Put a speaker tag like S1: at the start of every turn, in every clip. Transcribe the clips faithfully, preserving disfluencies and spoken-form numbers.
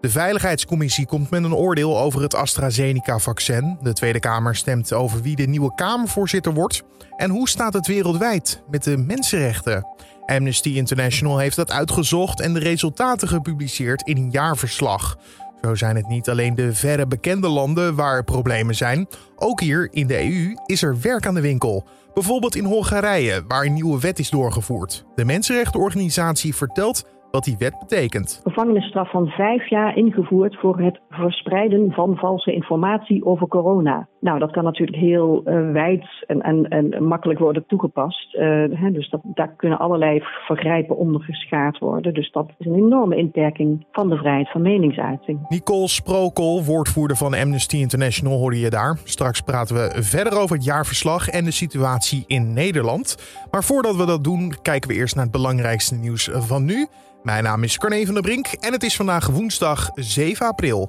S1: De Veiligheidscommissie komt met een oordeel over het AstraZeneca-vaccin. De Tweede Kamer stemt over wie de nieuwe Kamervoorzitter wordt. En hoe staat het wereldwijd met de mensenrechten? Amnesty International heeft dat uitgezocht en de resultaten gepubliceerd in een jaarverslag. Zo zijn het niet alleen de verre bekende landen waar er problemen zijn. Ook hier in de E U is er werk aan de winkel. Bijvoorbeeld in Hongarije, waar een nieuwe wet is doorgevoerd. De mensenrechtenorganisatie vertelt wat die wet betekent.
S2: Gevangenisstraf van vijf jaar ingevoerd voor het verspreiden van valse informatie over corona. Nou, dat kan natuurlijk heel uh, wijd en, en, en makkelijk worden toegepast. Uh, hè, dus dat, daar kunnen allerlei vergrijpen onder geschaard worden. Dus dat is een enorme inperking van de vrijheid van meningsuiting.
S1: Nicole Sprookol, woordvoerder van Amnesty International, hoorde je daar. Straks praten we verder over het jaarverslag en de situatie in Nederland. Maar voordat we dat doen, kijken we eerst naar het belangrijkste nieuws van nu. Mijn naam is Carne van der Brink en het is vandaag woensdag zeven april.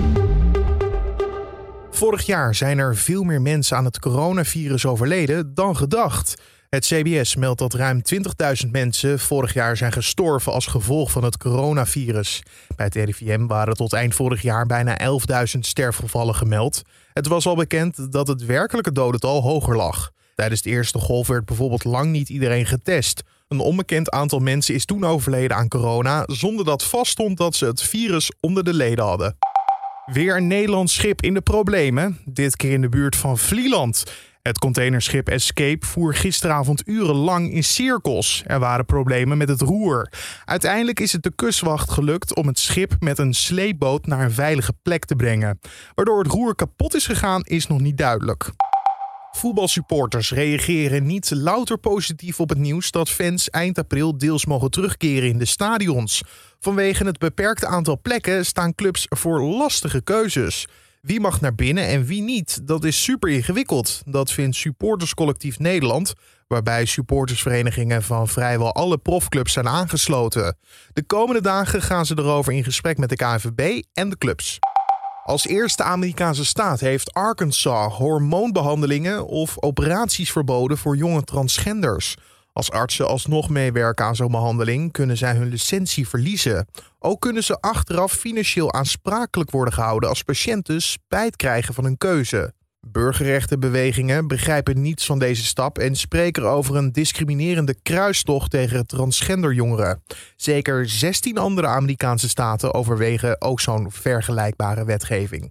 S1: Vorig jaar zijn er veel meer mensen aan het coronavirus overleden dan gedacht. Het C B S meldt dat ruim twintigduizend mensen vorig jaar zijn gestorven als gevolg van het coronavirus. Bij het R I V M waren tot eind vorig jaar bijna elfduizend sterfgevallen gemeld. Het was al bekend dat het werkelijke dodental hoger lag. Tijdens de eerste golf werd bijvoorbeeld lang niet iedereen getest. Een onbekend aantal mensen is toen overleden aan corona zonder dat vaststond dat ze het virus onder de leden hadden. Weer een Nederlands schip in de problemen, dit keer in de buurt van Vlieland. Het containerschip Escape voer gisteravond urenlang in cirkels. Er waren problemen met het roer. Uiteindelijk is het de kustwacht gelukt om het schip met een sleepboot naar een veilige plek te brengen. Waardoor het roer kapot is gegaan is nog niet duidelijk. Voetbalsupporters reageren niet louter positief op het nieuws dat fans eind april deels mogen terugkeren in de stadions. Vanwege het beperkte aantal plekken staan clubs voor lastige keuzes. Wie mag naar binnen en wie niet? Dat is super ingewikkeld. Dat vindt Supporterscollectief Nederland, waarbij supportersverenigingen van vrijwel alle profclubs zijn aangesloten. De komende dagen gaan ze erover in gesprek met de K N V B en de clubs. Als eerste Amerikaanse staat heeft Arkansas hormoonbehandelingen of operaties verboden voor jonge transgenders. Als artsen alsnog meewerken aan zo'n behandeling kunnen zij hun licentie verliezen. Ook kunnen ze achteraf financieel aansprakelijk worden gehouden als patiënten spijt krijgen van hun keuze. Burgerrechtenbewegingen begrijpen niets van deze stap en spreken over een discriminerende kruistocht tegen transgenderjongeren. Zeker zestien andere Amerikaanse staten overwegen ook zo'n vergelijkbare wetgeving.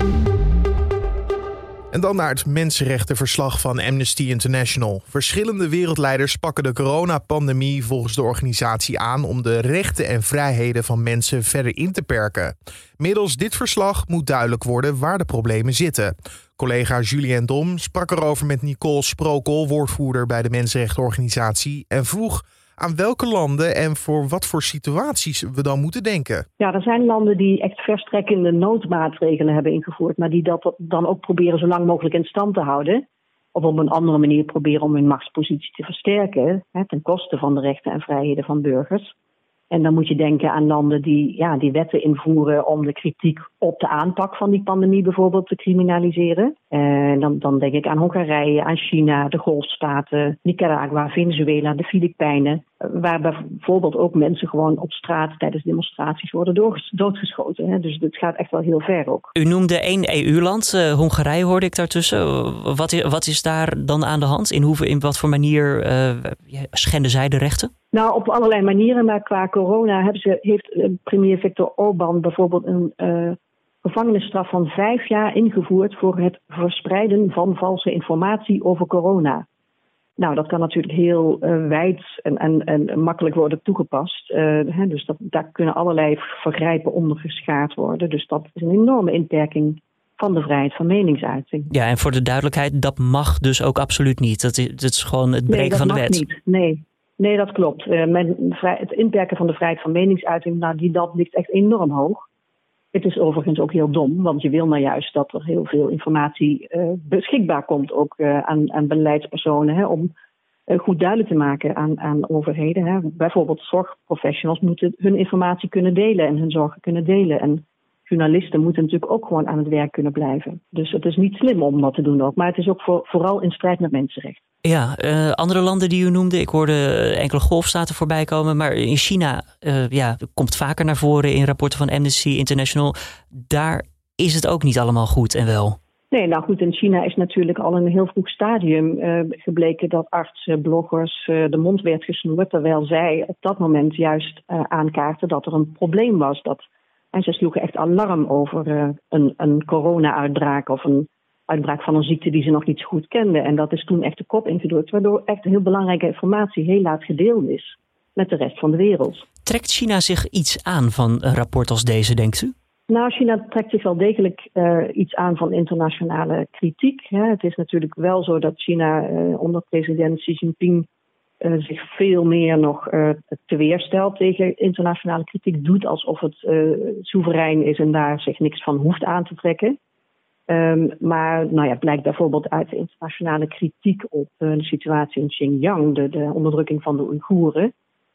S1: En dan naar het mensenrechtenverslag van Amnesty International. Verschillende wereldleiders pakken de coronapandemie volgens de organisatie aan om de rechten en vrijheden van mensen verder in te perken. Middels dit verslag moet duidelijk worden waar de problemen zitten. Collega Julien Dom sprak erover met Nicole Sprookol, woordvoerder bij de mensenrechtenorganisatie, en vroeg aan welke landen en voor wat voor situaties we dan moeten denken.
S2: Ja, er zijn landen die echt verstrekkende noodmaatregelen hebben ingevoerd, maar die dat dan ook proberen zo lang mogelijk in stand te houden. Of op een andere manier proberen om hun machtspositie te versterken, hè, ten koste van de rechten en vrijheden van burgers. En dan moet je denken aan landen die, ja, die wetten invoeren om de kritiek op de aanpak van die pandemie bijvoorbeeld te criminaliseren. En dan, dan denk ik aan Hongarije, aan China, de Golfstaten, Nicaragua, Venezuela, de Filipijnen. Waar bijvoorbeeld ook mensen gewoon op straat tijdens demonstraties worden doodgeschoten. Hè. Dus het gaat echt wel heel ver ook.
S3: U noemde één E U-land, uh, Hongarije hoorde ik daartussen. Wat is, wat is daar dan aan de hand? In, hoeveel, in wat voor manier uh, schenden zij de rechten?
S2: Nou, op allerlei manieren, maar qua corona hebben ze, heeft premier Viktor Orbán bijvoorbeeld een uh, gevangenisstraf van vijf jaar ingevoerd voor het verspreiden van valse informatie over corona. Nou, dat kan natuurlijk heel uh, wijd en, en, en makkelijk worden toegepast. Uh, hè, dus dat, daar kunnen allerlei vergrijpen onder geschaard worden. Dus dat is een enorme inperking van de vrijheid van meningsuiting.
S3: Ja, en voor de duidelijkheid, dat mag dus ook absoluut niet. Dat is, dat is gewoon het breken
S2: nee,
S3: van de wet.
S2: Niet. Nee, nee, dat klopt. Uh, men, vrij, het inperken van de vrijheid van meningsuiting, nou, die dat ligt echt enorm hoog. Het is overigens ook heel dom, want je wil nou juist dat er heel veel informatie uh, beschikbaar komt, ook uh, aan, aan beleidspersonen, hè, om uh, goed duidelijk te maken aan, aan overheden. Hè. Bijvoorbeeld zorgprofessionals moeten hun informatie kunnen delen en hun zorgen kunnen delen. En journalisten moeten natuurlijk ook gewoon aan het werk kunnen blijven. Dus het is niet slim om dat te doen ook. Maar het is ook voor, vooral in strijd met mensenrechten.
S3: Ja, uh, andere landen die u noemde, ik hoorde enkele golfstaten voorbij komen. Maar in China uh, ja, komt vaker naar voren in rapporten van Amnesty International. Daar is het ook niet allemaal goed en wel.
S2: Nee, nou goed, in China is natuurlijk al in een heel vroeg stadium uh, gebleken dat artsen, bloggers uh, de mond werd gesnoerd. Terwijl zij op dat moment juist uh, aankaarten dat er een probleem was. Dat, en ze sloegen echt alarm over uh, een, een corona-uitbraak of een uitbraak van een ziekte die ze nog niet zo goed kenden. En dat is toen echt de kop ingedrukt, waardoor echt heel belangrijke informatie heel laat gedeeld is met de rest van de wereld.
S3: Trekt China zich iets aan van een rapport als deze, denkt u?
S2: Nou, China trekt zich wel degelijk uh, iets aan van internationale kritiek. Hè. Het is natuurlijk wel zo dat China uh, onder president Xi Jinping uh, zich veel meer nog uh, te weerstelt tegen internationale kritiek. Doet alsof het uh, soeverein is en daar zich niks van hoeft aan te trekken. Um, maar nou ja, het blijkt bijvoorbeeld uit de internationale kritiek op uh, de situatie in Xinjiang, de, de onderdrukking van de Oeigoeren.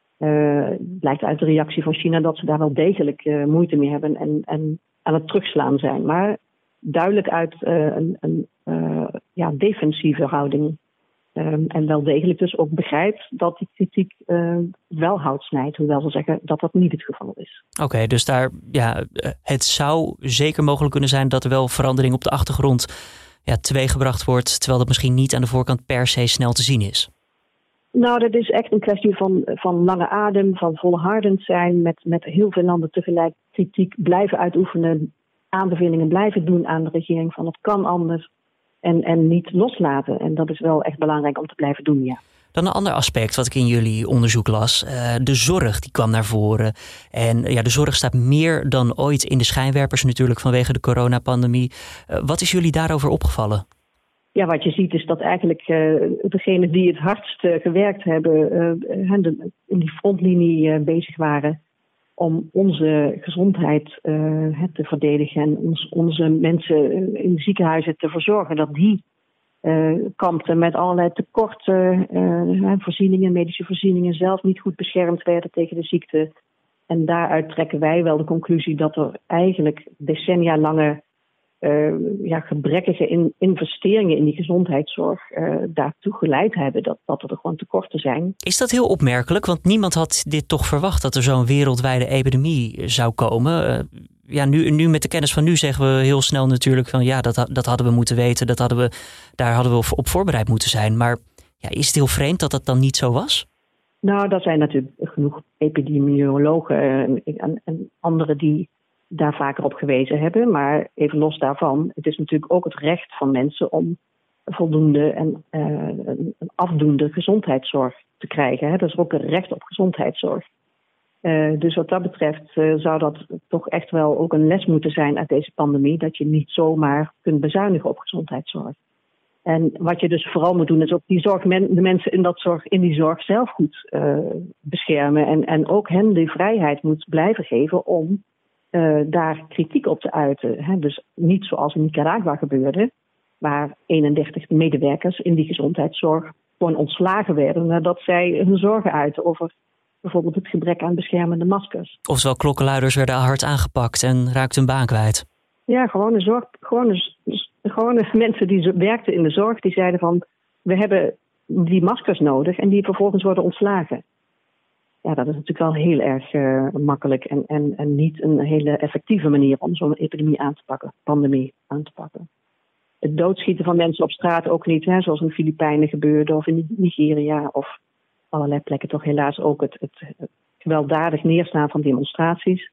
S2: Uh, blijkt uit de reactie van China dat ze daar wel degelijk uh, moeite mee hebben en, en aan het terugslaan zijn. Maar duidelijk uit uh, een, een uh, ja, defensieve houding. Um, en wel degelijk dus ook begrijpt dat die kritiek uh, wel hout snijdt. Hoewel ze zeggen dat dat niet het geval is.
S3: Oké, okay, dus daar, ja, het zou zeker mogelijk kunnen zijn dat er wel verandering op de achtergrond ja, teweeggebracht wordt. Terwijl dat misschien niet aan de voorkant per se snel te zien is.
S2: Nou, dat is echt een kwestie van, van lange adem, van volhardend zijn. Met, met heel veel landen tegelijk kritiek blijven uitoefenen. Aanbevelingen blijven doen aan de regering van het kan anders. En, en niet loslaten. En dat is wel echt belangrijk om te blijven doen, ja.
S3: Dan een ander aspect wat ik in jullie onderzoek las. Uh, de zorg, die kwam naar voren. En ja, de zorg staat meer dan ooit in de schijnwerpers natuurlijk vanwege de coronapandemie. Uh, wat is jullie daarover opgevallen?
S2: Ja, wat je ziet is dat eigenlijk uh, degenen die het hardst uh, gewerkt hebben, uh, de, in die frontlinie uh, bezig waren om onze gezondheid uh, te verdedigen en ons, onze mensen in de ziekenhuizen te verzorgen, dat die uh, kampten met allerlei tekorten, uh, voorzieningen, medische voorzieningen, zelf niet goed beschermd werden tegen de ziekte. En daaruit trekken wij wel de conclusie dat er eigenlijk decennia lange Uh, ja, gebrekkige in, investeringen in die gezondheidszorg uh, daartoe geleid hebben dat, dat er gewoon tekorten zijn.
S3: Is dat heel opmerkelijk? Want niemand had dit toch verwacht dat er zo'n wereldwijde epidemie zou komen. Uh, ja, nu, nu met de kennis van nu zeggen we heel snel natuurlijk van ja, dat, dat hadden we moeten weten. Dat hadden we, daar hadden we op voorbereid moeten zijn. Maar ja, is het heel vreemd dat dat dan niet zo was?
S2: Nou, er zijn natuurlijk genoeg epidemiologen en, en, en anderen die daar vaker op gewezen hebben. Maar even los daarvan, het is natuurlijk ook het recht van mensen om voldoende en uh, een afdoende gezondheidszorg te krijgen. Hè. Dat is ook een recht op gezondheidszorg. Uh, dus wat dat betreft uh, zou dat toch echt wel ook een les moeten zijn uit deze pandemie, dat je niet zomaar kunt bezuinigen op gezondheidszorg. En wat je dus vooral moet doen, is ook die zorg, de mensen in, dat zorg, in die zorg zelf goed uh, beschermen. En, en ook hen de vrijheid moet blijven geven om Uh, daar kritiek op te uiten. Hè. Dus niet zoals in Nicaragua gebeurde, waar eenendertig medewerkers in die gezondheidszorg gewoon ontslagen werden nadat zij hun zorgen uiten over bijvoorbeeld het gebrek aan beschermende maskers.
S3: Oftewel klokkenluiders werden hard aangepakt en raakten hun baan kwijt.
S2: Ja, gewone, zorg, gewone, gewone mensen die werkten in de zorg, die zeiden van we hebben die maskers nodig en die vervolgens worden ontslagen. Ja, dat is natuurlijk wel heel erg uh, makkelijk en, en, en niet een hele effectieve manier om zo'n epidemie aan te pakken, pandemie aan te pakken. Het doodschieten van mensen op straat ook niet, hè, zoals in de Filipijnen gebeurde of in Nigeria of allerlei plekken toch helaas ook het, het, het gewelddadig neerslaan van demonstraties.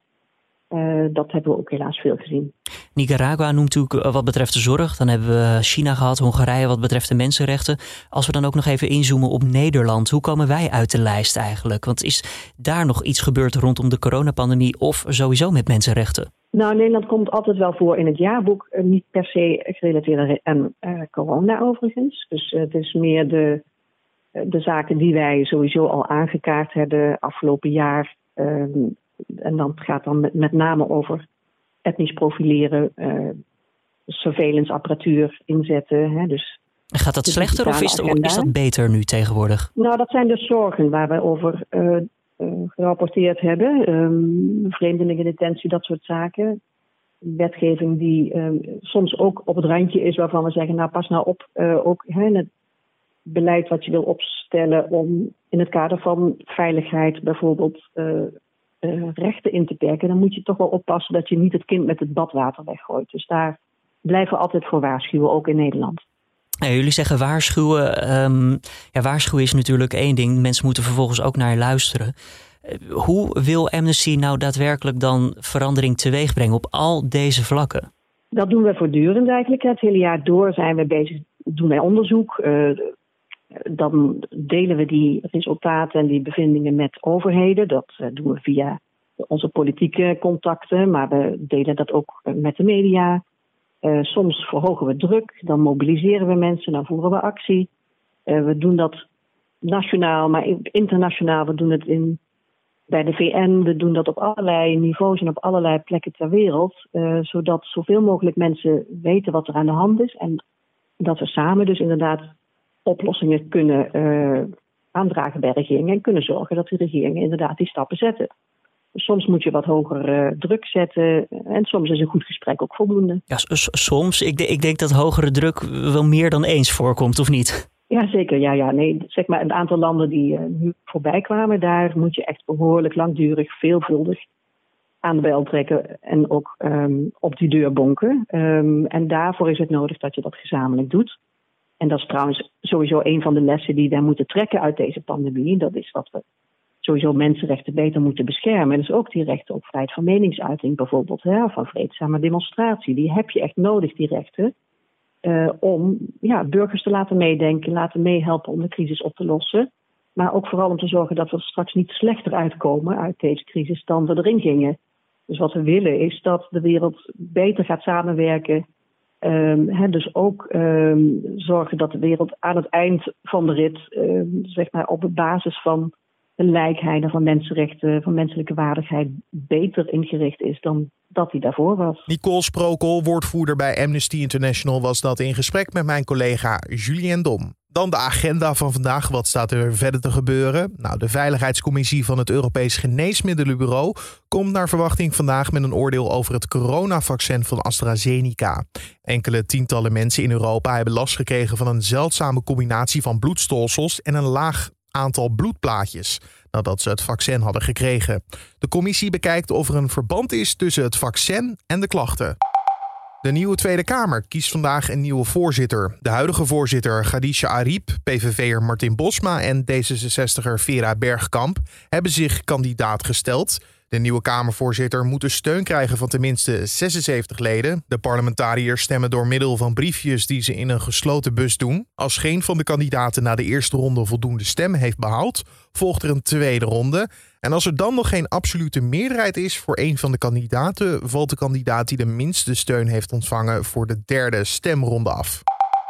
S2: Uh, dat hebben we ook helaas veel gezien.
S3: Nicaragua noemt u wat betreft de zorg. Dan hebben we China gehad, Hongarije wat betreft de mensenrechten. Als we dan ook nog even inzoomen op Nederland. Hoe komen wij uit de lijst eigenlijk? Want is daar nog iets gebeurd rondom de coronapandemie of sowieso met mensenrechten?
S2: Nou, Nederland komt altijd wel voor in het jaarboek. Uh, niet per se gerelateerd aan uh, corona overigens. Dus uh, het is meer de, uh, de zaken die wij sowieso al aangekaart hebben afgelopen jaar. Uh, En dan gaat dan met, met name over etnisch profileren, uh, surveillance apparatuur inzetten. Hè, dus
S3: gaat dat slechter of is, de, is dat beter nu tegenwoordig?
S2: Nou, dat zijn de zorgen waar we over uh, uh, gerapporteerd hebben. Um, vreemdelingendetentie, dat soort zaken. wetgeving die um, soms ook op het randje is waarvan we zeggen, nou pas nou op, uh, ook hè, het beleid wat je wil opstellen om in het kader van veiligheid bijvoorbeeld uh, uh, rechten in te perken, dan moet je toch wel oppassen dat je niet het kind met het badwater weggooit. Dus daar blijven we altijd voor waarschuwen, ook in Nederland.
S3: Ja, jullie zeggen waarschuwen. Um, ja, waarschuwen is natuurlijk één ding. Mensen moeten vervolgens ook naar je luisteren. Uh, hoe wil Amnesty nou daadwerkelijk dan verandering teweeg brengen op al deze vlakken?
S2: Dat doen we voortdurend eigenlijk. Het hele jaar door zijn we bezig, doen wij onderzoek. Uh, dan delen we die resultaten en die bevindingen met overheden. Dat uh, doen we via onze politieke contacten, maar we delen dat ook met de media. Uh, soms verhogen we druk, dan mobiliseren we mensen, dan voeren we actie. Uh, we doen dat nationaal, maar internationaal. We doen het in, bij de V N, we doen dat op allerlei niveaus en op allerlei plekken ter wereld. Uh, zodat zoveel mogelijk mensen weten wat er aan de hand is. En dat we samen dus inderdaad oplossingen kunnen uh, aandragen bij regeringen. En kunnen zorgen dat de regeringen inderdaad die stappen zetten. Soms moet je wat hoger uh, druk zetten en soms is een goed gesprek ook voldoende. Ja,
S3: soms. Ik, de, ik denk dat hogere druk wel meer dan eens voorkomt, of niet?
S2: Ja, zeker. Ja, ja. Nee, zeg maar een aantal landen die uh, nu voorbij kwamen, daar moet je echt behoorlijk langdurig, veelvuldig aan de bel trekken en ook um, op die deur bonken. Um, en daarvoor is het nodig dat je dat gezamenlijk doet. En dat is trouwens sowieso een van de lessen die wij moeten trekken uit deze pandemie. Dat is dat we sowieso mensenrechten beter moeten beschermen. En dus ook die rechten op vrijheid van meningsuiting bijvoorbeeld, hè, van vreedzame demonstratie. Die heb je echt nodig, die rechten, uh, om ja, burgers te laten meedenken, laten meehelpen om de crisis op te lossen. Maar ook vooral om te zorgen dat we straks niet slechter uitkomen uit deze crisis dan we erin gingen. Dus wat we willen is dat de wereld beter gaat samenwerken. Um, he, dus ook um, zorgen dat de wereld aan het eind van de rit, um, zeg maar op basis van gelijkheid en van mensenrechten, van menselijke waardigheid beter ingericht is dan dat hij daarvoor was.
S1: Nicole Sprokel, woordvoerder bij Amnesty International, was dat in gesprek met mijn collega Julien Dom. Dan de agenda van vandaag. Wat staat er verder te gebeuren? Nou, de Veiligheidscommissie van het Europees Geneesmiddelenbureau komt naar verwachting vandaag met een oordeel over het coronavaccin van AstraZeneca. Enkele tientallen mensen in Europa hebben last gekregen van een zeldzame combinatie van bloedstolsels en een laag aantal bloedplaatjes nadat ze het vaccin hadden gekregen. De commissie bekijkt of er een verband is tussen het vaccin en de klachten. De nieuwe Tweede Kamer kiest vandaag een nieuwe voorzitter. De huidige voorzitter Khadija Arib, P V V'er Martin Bosma en D zesenzestigger Vera Bergkamp hebben zich kandidaat gesteld. De nieuwe Kamervoorzitter moet dus steun krijgen van tenminste zesenzeventig leden. De parlementariërs stemmen door middel van briefjes die ze in een gesloten bus doen. Als geen van de kandidaten na de eerste ronde voldoende stemmen heeft behaald, volgt er een tweede ronde. En als er dan nog geen absolute meerderheid is voor een van de kandidaten, valt de kandidaat die de minste steun heeft ontvangen voor de derde stemronde af.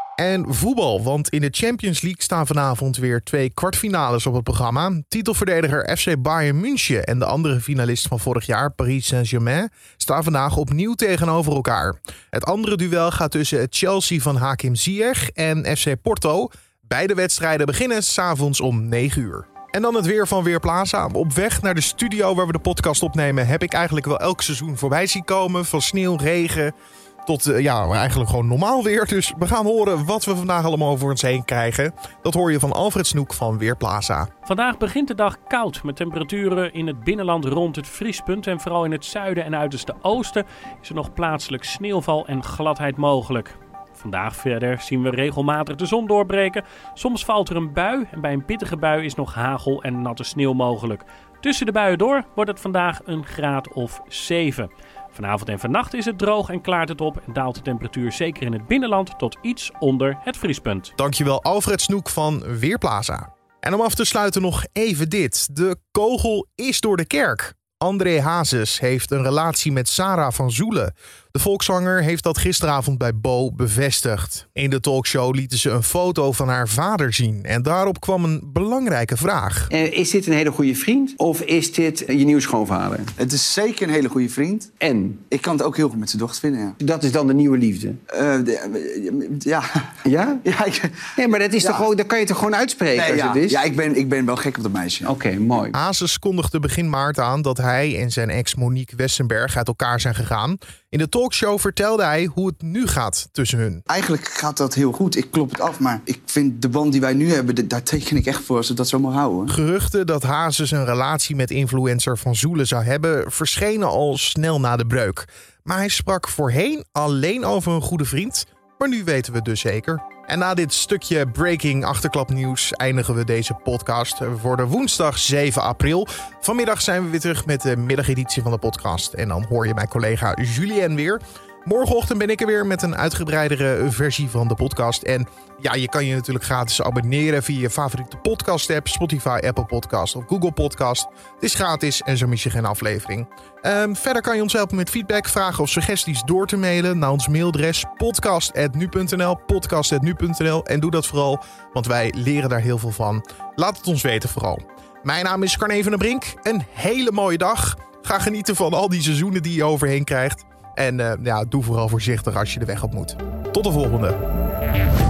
S1: En voetbal, want in de Champions League staan vanavond weer twee kwartfinales op het programma. Titelverdediger F C Bayern München en de andere finalist van vorig jaar, Paris Saint-Germain, staan vandaag opnieuw tegenover elkaar. Het andere duel gaat tussen het Chelsea van Hakim Ziyech en F C Porto. Beide wedstrijden beginnen 's avonds om negen uur. En dan het weer van Weerplaza. Op weg naar de studio waar we de podcast opnemen heb ik eigenlijk wel elk seizoen voorbij zien komen. Van sneeuw, regen tot uh, ja, eigenlijk gewoon normaal weer. Dus we gaan horen wat we vandaag allemaal over ons heen krijgen. Dat hoor je van Alfred Snoek van Weerplaza.
S4: Vandaag begint de dag koud met temperaturen in het binnenland rond het vriespunt. En vooral in het zuiden en uiterste oosten is er nog plaatselijk sneeuwval en gladheid mogelijk. Vandaag verder zien we regelmatig de zon doorbreken. Soms valt er een bui en bij een pittige bui is nog hagel en natte sneeuw mogelijk. Tussen de buien door wordt het vandaag een graad of zeven. Vanavond en vannacht is het droog en klaart het op en daalt de temperatuur zeker in het binnenland tot iets onder het vriespunt.
S1: Dankjewel Alfred Snoek van Weerplaza. En om af te sluiten nog even dit. De kogel is door de kerk. André Hazes heeft een relatie met Sarah van Zoelen. De De volkszanger heeft dat gisteravond bij Bo bevestigd. In de talkshow lieten ze een foto van haar vader zien. En daarop kwam een belangrijke vraag.
S5: Uh, is dit een hele goede vriend of is dit je nieuwe schoonvader?
S6: Het is zeker een hele goede vriend.
S5: En?
S6: Ik kan het ook heel goed met zijn dochter vinden, ja.
S5: Dat is dan de nieuwe liefde?
S6: Uh, de, ja.
S5: Ja?
S6: Ja, ik,
S5: nee, maar dat, is
S6: ja.
S5: toch gewoon, dat kan je toch gewoon uitspreken
S6: nee,
S5: als
S6: ja.
S5: het is?
S6: Ja, ik ben, ik ben wel gek op dat meisje.
S5: Oké, okay, mooi.
S1: Hazes kondigde begin maart aan dat hij en zijn ex Monique Westenberg uit elkaar zijn gegaan. In de talkshow vertelde hij hoe het nu gaat tussen hun.
S6: Eigenlijk gaat dat heel goed. Ik klop het af, maar ik vind de band die wij nu hebben, daar teken ik echt voor als we dat zo maar houden.
S1: Geruchten dat Hazes een relatie met influencer Van Zoelen zou hebben, verschenen al snel na de breuk. Maar hij sprak voorheen alleen over een goede vriend, maar nu weten we het dus zeker. En na dit stukje breaking achterklapnieuws eindigen we deze podcast voor de woensdag zeven april. Vanmiddag zijn we weer terug met de middageditie van de podcast. En dan hoor je mijn collega Julien weer. Morgenochtend ben ik er weer met een uitgebreidere versie van de podcast. En ja, je kan je natuurlijk gratis abonneren via je favoriete podcast-app, Spotify, Apple Podcast of Google Podcast. Het is gratis en zo mis je geen aflevering. Um, verder kan je ons helpen met feedback, vragen of suggesties door te mailen naar ons mailadres podcast at nu punt n l, podcast at nu punt n l. En doe dat vooral, want wij leren daar heel veel van. Laat het ons weten vooral. Mijn naam is Carne van der Brink. Een hele mooie dag. Ga genieten van al die seizoenen die je overheen krijgt. En uh, ja, doe vooral voorzichtig als je de weg op moet. Tot de volgende.